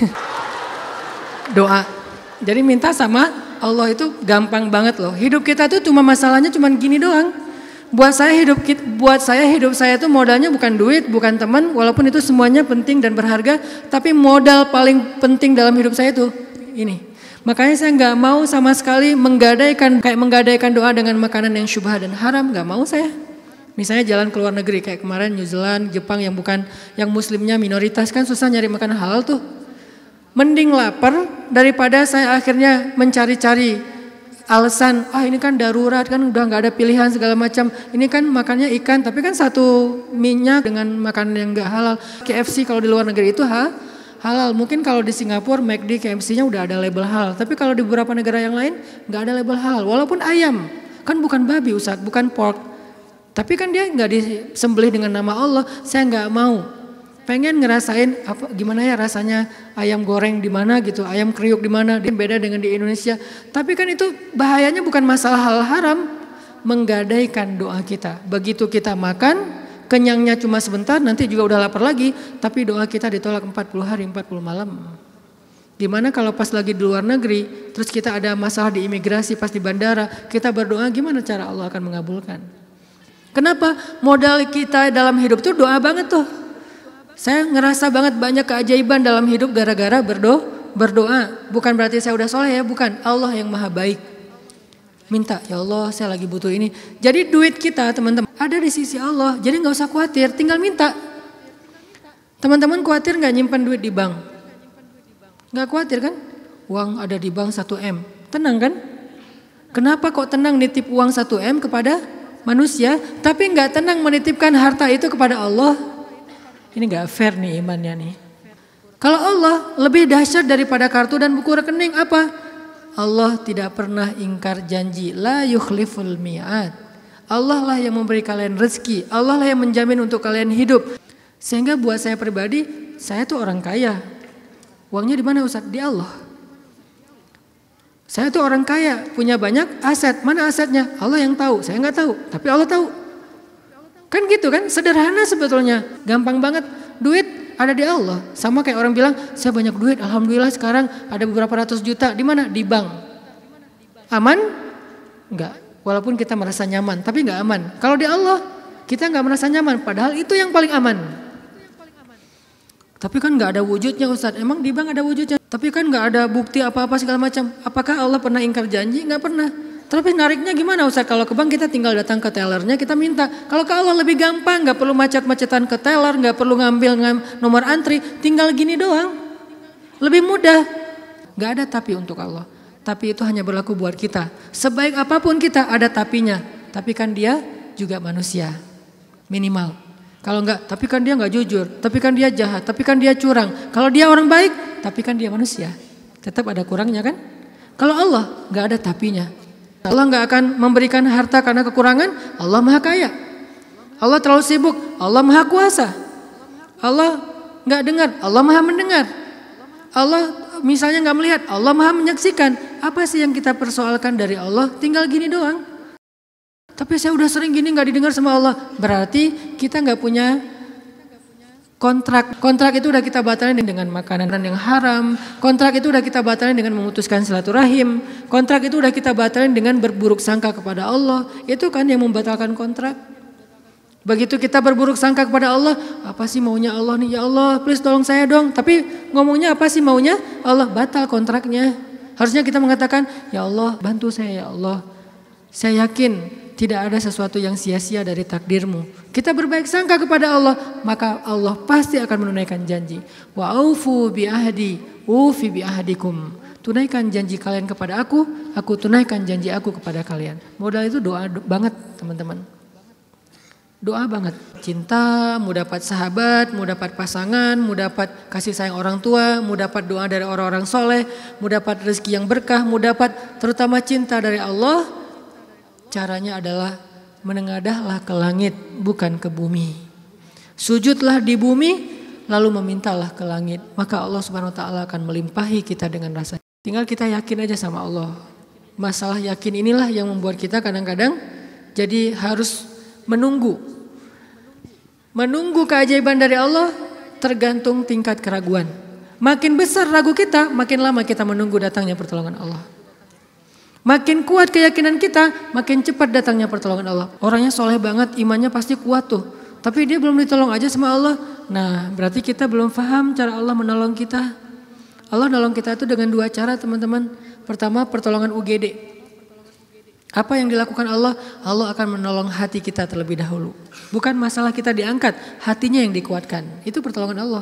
Doa. Jadi minta sama Allah itu gampang banget loh. Hidup kita tuh cuma masalahnya cuma gini doang. Buat saya hidup buat saya hidup saya itu modalnya bukan duit, bukan teman, walaupun itu semuanya penting dan berharga, tapi modal paling penting dalam hidup saya itu ini. Makanya saya nggak mau sama sekali menggadaikan kayak menggadaikan doa dengan makanan yang syubhat dan haram, nggak mau saya. Misalnya jalan ke luar negeri kayak kemarin New Zealand, Jepang yang bukan yang muslimnya minoritas kan susah nyari makanan halal tuh. Mending lapar daripada saya akhirnya mencari-cari alasan, ah ini kan darurat kan udah gak ada pilihan segala macam. Ini kan makannya ikan tapi kan satu minyak dengan makanan yang gak halal. K F C kalau di luar negeri itu ha, halal. Mungkin kalau di Singapura McD K F C-nya udah ada label halal. Tapi kalau di beberapa negara yang lain gak ada label halal. Walaupun ayam, kan bukan babi Ustaz, bukan pork. Tapi kan dia gak disembelih dengan nama Allah. Saya gak mau. Pengen ngerasain apa gimana ya rasanya ayam goreng di mana gitu, ayam kriuk di mana, beda dengan di Indonesia. Tapi kan itu bahayanya bukan masalah hal haram, menggadaikan doa kita. Begitu kita makan, kenyangnya cuma sebentar, nanti juga udah lapar lagi, tapi doa kita ditolak empat puluh hari, empat puluh malam. Gimana kalau pas lagi di luar negeri, terus kita ada masalah di imigrasi, pas di bandara, kita berdoa gimana cara Allah akan mengabulkan? Kenapa? Modal kita dalam hidup tuh doa banget tuh. Saya ngerasa banget banyak keajaiban dalam hidup gara-gara berdoa, berdoa. Bukan berarti saya udah soleh ya, bukan. Allah yang maha baik. Minta, ya Allah saya lagi butuh ini. Jadi duit kita teman-teman ada di sisi Allah. Jadi gak usah khawatir, tinggal minta. Teman-teman khawatir gak nyimpan duit di bank? Gak khawatir kan? Uang ada di bank satu M. Tenang kan? Kenapa kok tenang nitip uang satu M kepada manusia, tapi gak tenang menitipkan harta itu kepada Allah? Ini gak fair nih imannya nih. Kalau Allah lebih dahsyat daripada kartu dan buku rekening apa? Allah tidak pernah ingkar janji. La yukhliful mi'ad. Allah lah yang memberi kalian rezeki. Allah lah yang menjamin untuk kalian hidup. Sehingga buat saya pribadi, saya tuh orang kaya. Uangnya di mana Ustaz? Di Allah. Saya tuh orang kaya, punya banyak aset. Mana asetnya? Allah yang tahu. Saya nggak tahu, tapi Allah tahu. Kan gitu kan, sederhana sebetulnya, gampang banget. Duit ada di Allah. Sama kayak orang bilang, saya banyak duit, alhamdulillah sekarang ada beberapa ratus juta. Di mana? Di bank. Aman? Enggak. Walaupun kita merasa nyaman, tapi enggak aman. Kalau di Allah, kita enggak merasa nyaman, padahal itu yang paling aman. Tapi kan enggak ada wujudnya Ustaz. Emang di bank ada wujudnya? Tapi kan enggak ada bukti apa-apa segala macam. Apakah Allah pernah ingkar janji? Enggak pernah. Tapi nariknya gimana Ustaz? Kalau ke bank kita tinggal datang ke tellernya, kita minta. Kalau ke Allah lebih gampang, gak perlu macet-macetan ke teller, gak perlu ngambil nomor antri, tinggal gini doang. Lebih mudah. Gak ada tapi untuk Allah. Tapi itu hanya berlaku buat kita. Sebaik apapun kita ada tapinya. Tapi kan dia juga manusia. Minimal. Kalau enggak, tapi kan dia gak jujur. Tapi kan dia jahat. Tapi kan dia curang. Kalau dia orang baik, tapi kan dia manusia. Tetap ada kurangnya kan? Kalau Allah nggak ada tapinya. Allah nggak akan memberikan harta karena kekurangan. Allah maha kaya. Allah terlalu sibuk. Allah maha kuasa. Allah nggak dengar. Allah maha mendengar. Allah misalnya nggak melihat. Allah maha menyaksikan. Apa sih yang kita persoalkan dari Allah? Tinggal gini doang. Tapi saya udah sering gini nggak didengar sama Allah. Berarti kita nggak punya kontrak. Kontrak itu udah kita batalin dengan makanan yang haram. Kontrak itu udah kita batalin dengan memutuskan silaturahim. Kontrak itu udah kita batalin dengan berburuk sangka kepada Allah. Itu kan yang membatalkan kontrak. Begitu kita berburuk sangka kepada Allah, apa sih maunya Allah nih? Ya Allah, please tolong saya dong. Tapi ngomongnya apa sih maunya? Allah, batal kontraknya. Harusnya kita mengatakan, ya Allah, bantu saya ya Allah. Saya yakin tidak ada sesuatu yang sia-sia dari takdirmu. Kita berbaik sangka kepada Allah, maka Allah pasti akan menunaikan janji. Wa aufu bi ahdi, ufi bi ahdikum. Tunaikan janji kalian kepada aku, aku tunaikan janji aku kepada kalian. Modal itu doa do- banget teman-teman. Doa banget. Cinta, mau dapat sahabat, mau dapat pasangan, mau dapat kasih sayang orang tua, mau dapat doa dari orang-orang soleh, mau dapat rezeki yang berkah, mau dapat terutama cinta dari Allah. Caranya adalah menengadahlah ke langit bukan ke bumi. Sujudlah di bumi lalu memintalah ke langit. Maka Allah Subhanahu wa taala akan melimpahi kita dengan rasa. Tinggal kita yakin aja sama Allah. Masalah yakin inilah yang membuat kita kadang-kadang jadi harus menunggu. Menunggu keajaiban dari Allah tergantung tingkat keraguan. Makin besar ragu kita, makin lama kita menunggu datangnya pertolongan Allah. Makin kuat keyakinan kita, makin cepat datangnya pertolongan Allah. Orangnya soleh banget, imannya pasti kuat tuh. Tapi dia belum ditolong aja sama Allah. Nah, berarti kita belum paham cara Allah menolong kita. Allah nolong kita itu dengan dua cara teman-teman. Pertama, pertolongan U G D. Apa yang dilakukan Allah? Allah akan menolong hati kita terlebih dahulu. Bukan masalah kita diangkat, hatinya yang dikuatkan. Itu pertolongan Allah.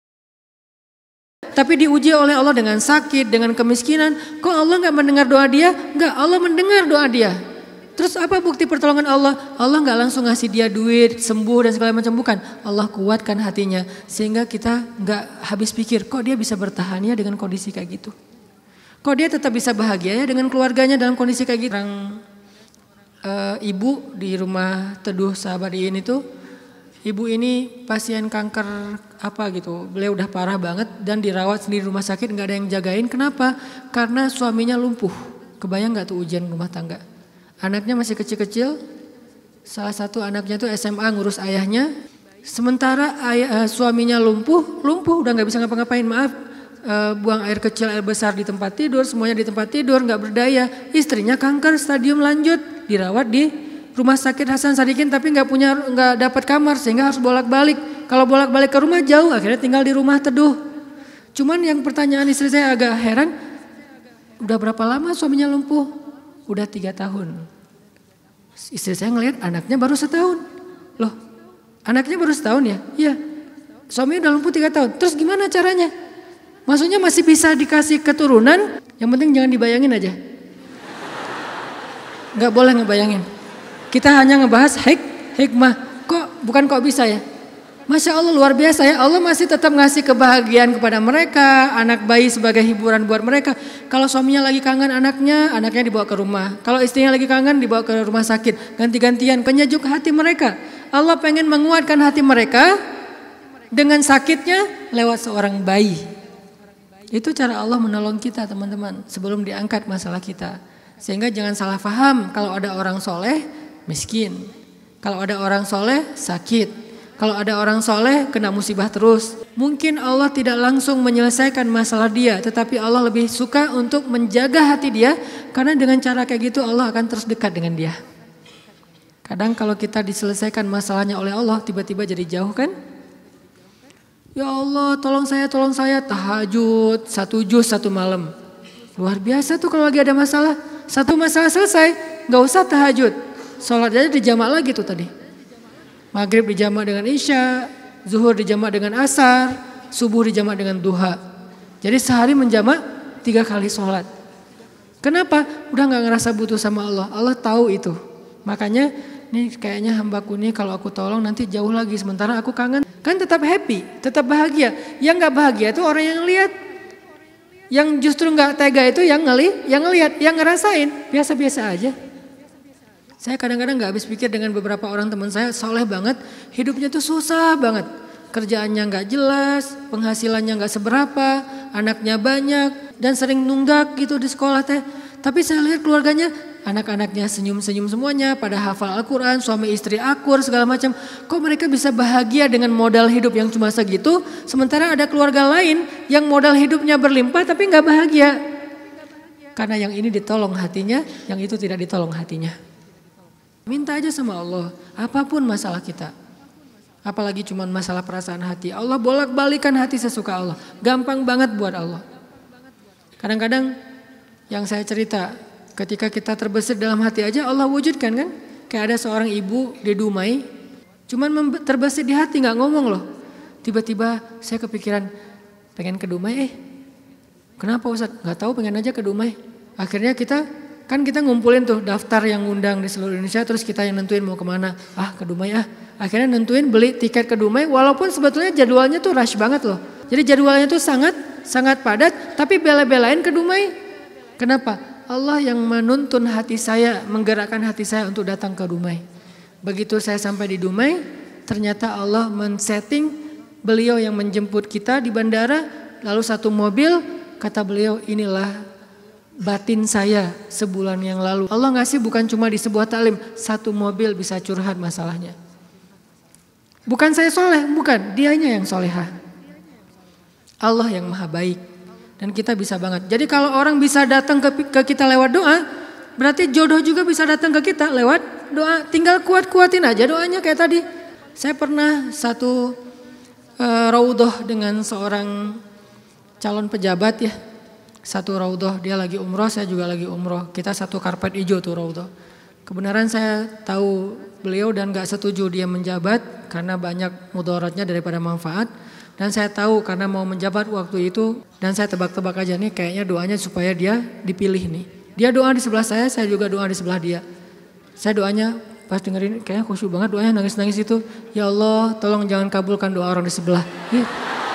Tapi diuji oleh Allah dengan sakit, dengan kemiskinan. Kok Allah gak mendengar doa dia? Enggak, Allah mendengar doa dia. Terus apa bukti pertolongan Allah? Allah gak langsung ngasih dia duit, sembuh dan segala macam. Bukan, Allah kuatkan hatinya. Sehingga kita gak habis pikir, kok dia bisa bertahan ya dengan kondisi kayak gitu. Kok dia tetap bisa bahagia ya dengan keluarganya dalam kondisi kayak gitu. Orang uh, ibu di rumah teduh sahabat ini tuh. Ibu ini pasien kanker apa gitu, beliau udah parah banget dan dirawat sendiri di rumah sakit, gak ada yang jagain. Kenapa? Karena suaminya lumpuh. Kebayang gak tuh ujian rumah tangga? Anaknya masih kecil-kecil, salah satu anaknya tuh S M A ngurus ayahnya. Sementara ayah, uh, suaminya lumpuh, lumpuh udah gak bisa ngapa-ngapain, maaf. Uh, buang air kecil, air besar di tempat tidur, semuanya di tempat tidur, gak berdaya. Istrinya kanker stadium lanjut, dirawat di rumah sakit Hasan Sadikin tapi nggak punya nggak dapat kamar sehingga harus bolak-balik. Kalau bolak-balik ke rumah jauh, akhirnya tinggal di rumah teduh. Cuman yang pertanyaan istri saya agak heran, udah berapa lama suaminya lumpuh? Udah tiga tahun. Istri saya ngelihat anaknya baru setahun. Loh, anaknya baru setahun ya? Iya. Suami udah lumpuh tiga tahun. Terus gimana caranya? Maksudnya masih bisa dikasih keturunan? Yang penting jangan dibayangin aja. Nggak boleh ngebayangin. Kita hanya ngebahas hik, hikmah. Kok bukan kok bisa ya? Masya Allah luar biasa ya. Allah masih tetap ngasih kebahagiaan kepada mereka. Anak bayi sebagai hiburan buat mereka. Kalau suaminya lagi kangen anaknya, anaknya dibawa ke rumah. Kalau istrinya lagi kangen dibawa ke rumah sakit. Ganti-gantian penyejuk hati mereka. Allah pengen menguatkan hati mereka dengan sakitnya lewat seorang bayi. Itu cara Allah menolong kita teman-teman. Sebelum diangkat masalah kita. Sehingga jangan salah paham kalau ada orang soleh miskin. Kalau ada orang soleh sakit. Kalau ada orang soleh kena musibah terus. Mungkin Allah tidak langsung menyelesaikan masalah dia. Tetapi Allah lebih suka untuk menjaga hati dia. Karena dengan cara kayak gitu Allah akan terus dekat dengan dia. Kadang kalau kita diselesaikan masalahnya oleh Allah tiba-tiba jadi jauh kan. Ya Allah tolong saya, tolong saya. Tahajud satu juz satu malam. Luar biasa tuh kalau lagi ada masalah. Satu masalah selesai gak usah tahajud. Sholat aja dijamak lagi tuh tadi. Maghrib dijamak dengan isya, zuhur dijamak dengan asar, subuh dijamak dengan duha. Jadi sehari menjamak tiga kali sholat. Kenapa? Udah gak ngerasa butuh sama Allah. Allah tahu itu. Makanya nih kayaknya hambaku nih kalau aku tolong nanti jauh lagi. Sementara aku kangen. Kan tetap happy, tetap bahagia. Yang gak bahagia itu orang yang lihat. Yang justru nggak tega itu yang ngeli, yang ngelihat, yang ngerasain biasa-biasa aja. Saya kadang-kadang nggak habis pikir dengan beberapa orang teman saya soleh banget, hidupnya tuh susah banget, kerjaannya nggak jelas, penghasilannya nggak seberapa, anaknya banyak dan sering nunggak gitu di sekolah teh. Tapi saya lihat keluarganya, anak-anaknya senyum-senyum semuanya, pada hafal Al-Quran, suami istri akur segala macam. Kok mereka bisa bahagia dengan modal hidup yang cuma segitu, sementara ada keluarga lain yang modal hidupnya berlimpah tapi nggak bahagia. Karena yang ini ditolong hatinya, yang itu tidak ditolong hatinya. Minta aja sama Allah, apapun masalah kita. Apalagi cuma masalah perasaan hati. Allah bolak-balikan hati sesuka Allah. Gampang banget buat Allah. Kadang-kadang yang saya cerita, ketika kita terbesit dalam hati aja Allah wujudkan kan. Kayak ada seorang ibu di Dumai, cuman terbesit di hati gak ngomong loh. Tiba-tiba saya kepikiran pengen ke Dumai eh. Kenapa Ustaz? Gak tahu pengen aja ke Dumai. Akhirnya kita kan kita ngumpulin tuh daftar yang ngundang di seluruh Indonesia, terus kita yang nentuin mau kemana. Ah ke Dumai ah. Akhirnya nentuin beli tiket ke Dumai, walaupun sebetulnya jadwalnya tuh rush banget loh. Jadi jadwalnya tuh sangat sangat padat, tapi bela-belain ke Dumai. Kenapa? Allah yang menuntun hati saya, menggerakkan hati saya untuk datang ke Dumai. Begitu saya sampai di Dumai, ternyata Allah men-setting beliau yang menjemput kita di bandara, lalu satu mobil, kata beliau inilah batin saya sebulan yang lalu. Allah ngasih bukan cuma di sebuah taklim, satu mobil bisa curhat masalahnya. Bukan saya soleh, bukan, dianya yang solehah. Allah yang maha baik dan kita bisa banget. Jadi kalau orang bisa datang ke, ke kita lewat doa, berarti jodoh juga bisa datang ke kita lewat doa. Tinggal kuat-kuatin aja doanya kayak tadi. Saya pernah satu uh, raudhah dengan seorang calon pejabat ya. Satu raudhah, dia lagi umroh, saya juga lagi umroh. Kita satu karpet hijau tuh raudhah. Kebenaran saya tahu beliau dan gak setuju dia menjabat karena banyak mudaratnya daripada manfaat. Dan saya tahu karena mau menjabat waktu itu, dan saya tebak-tebak aja nih kayaknya doanya supaya dia dipilih nih. Dia doa di sebelah saya, saya juga doa di sebelah dia. Saya doanya pas dengerin kayaknya khusyuk banget doanya, nangis-nangis itu. Ya Allah tolong jangan kabulkan doa orang di sebelah. Gitu.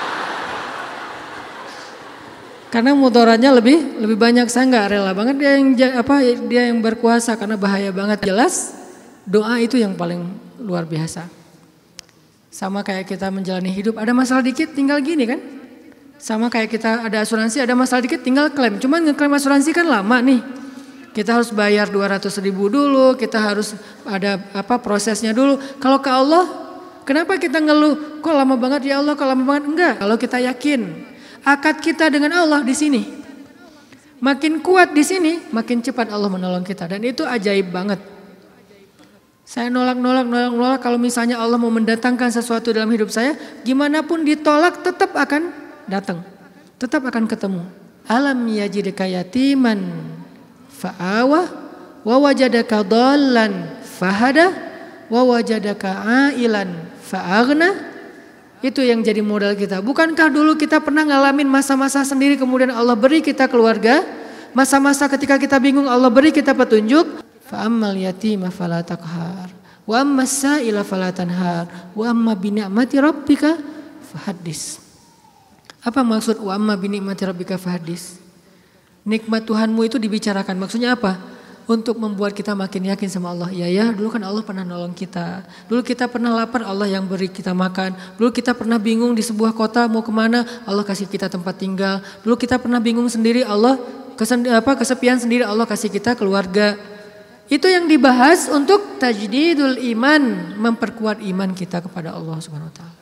Karena mudaratnya lebih lebih banyak, saya nggak rela banget dia yang apa dia yang berkuasa karena bahaya banget. Jelas doa itu yang paling luar biasa. Sama kayak kita menjalani hidup, ada masalah dikit tinggal gini kan. Sama kayak kita ada asuransi, ada masalah dikit tinggal klaim. Cuman ngeklaim asuransi kan lama nih. Kita harus bayar dua ratus ribu dulu, kita harus ada apa prosesnya dulu. Kalau ke Allah, kenapa kita ngeluh? Kok lama banget ya Allah, kok lama banget? Enggak, kalau kita yakin akad kita dengan Allah di sini. Makin kuat di sini, makin cepat Allah menolong kita. Dan itu ajaib banget. Saya nolak, nolak, nolak, nolak. Kalau misalnya Allah mau mendatangkan sesuatu dalam hidup saya, gimana pun ditolak tetap akan datang. Tetap akan ketemu. Alam yajidka yatiman fa'awah wa wajadaka dhallan fahada wa wajadaka ailan fa'aghna. Itu yang jadi modal kita. Bukankah dulu kita pernah ngalamin masa-masa sendiri kemudian Allah beri kita keluarga. Masa-masa ketika kita bingung Allah beri kita petunjuk. Fa'ammal yatima fala taqhar. Wa ammas sa'ila fala tanhar. Wa amma binikmati rabbika fahaddis. Apa maksud wa amma binikmati rabbika fahaddis? Nikmat Tuhanmu itu dibicarakan. Maksudnya apa? Untuk membuat kita makin yakin sama Allah. Ya ya, dulu kan Allah pernah nolong kita. Dulu kita pernah lapar, Allah yang beri kita makan. Dulu kita pernah bingung di sebuah kota mau kemana, Allah kasih kita tempat tinggal. Dulu kita pernah bingung sendiri, Allah kesen, apa, kesepian sendiri, Allah kasih kita keluarga. Itu yang dibahas untuk tajdidul iman, memperkuat iman kita kepada Allah Subhanahu wa taala.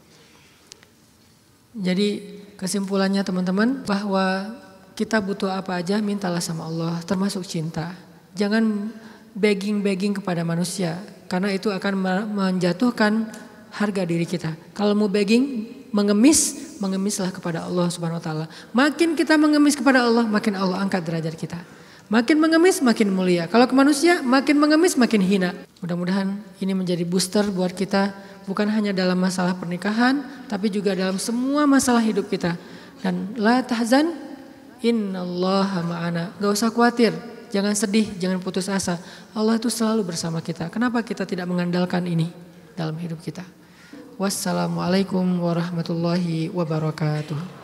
Jadi kesimpulannya teman-teman, bahwa kita butuh apa aja mintalah sama Allah, termasuk cinta. Jangan begging-begging kepada manusia, karena itu akan menjatuhkan harga diri kita. Kalau mau begging, mengemis, mengemislah kepada Allah Subhanahu wa taala. Makin kita mengemis kepada Allah, makin Allah angkat derajat kita. Makin mengemis, makin mulia. Kalau ke manusia, makin mengemis, makin hina. Mudah-mudahan ini menjadi booster buat kita, bukan hanya dalam masalah pernikahan, tapi juga dalam semua masalah hidup kita. Dan la tahzan, innallaha ma'ana. Gak usah khawatir. Jangan sedih, jangan putus asa. Allah itu selalu bersama kita. Kenapa kita tidak mengandalkan ini dalam hidup kita? Wassalamualaikum warahmatullahi wabarakatuh.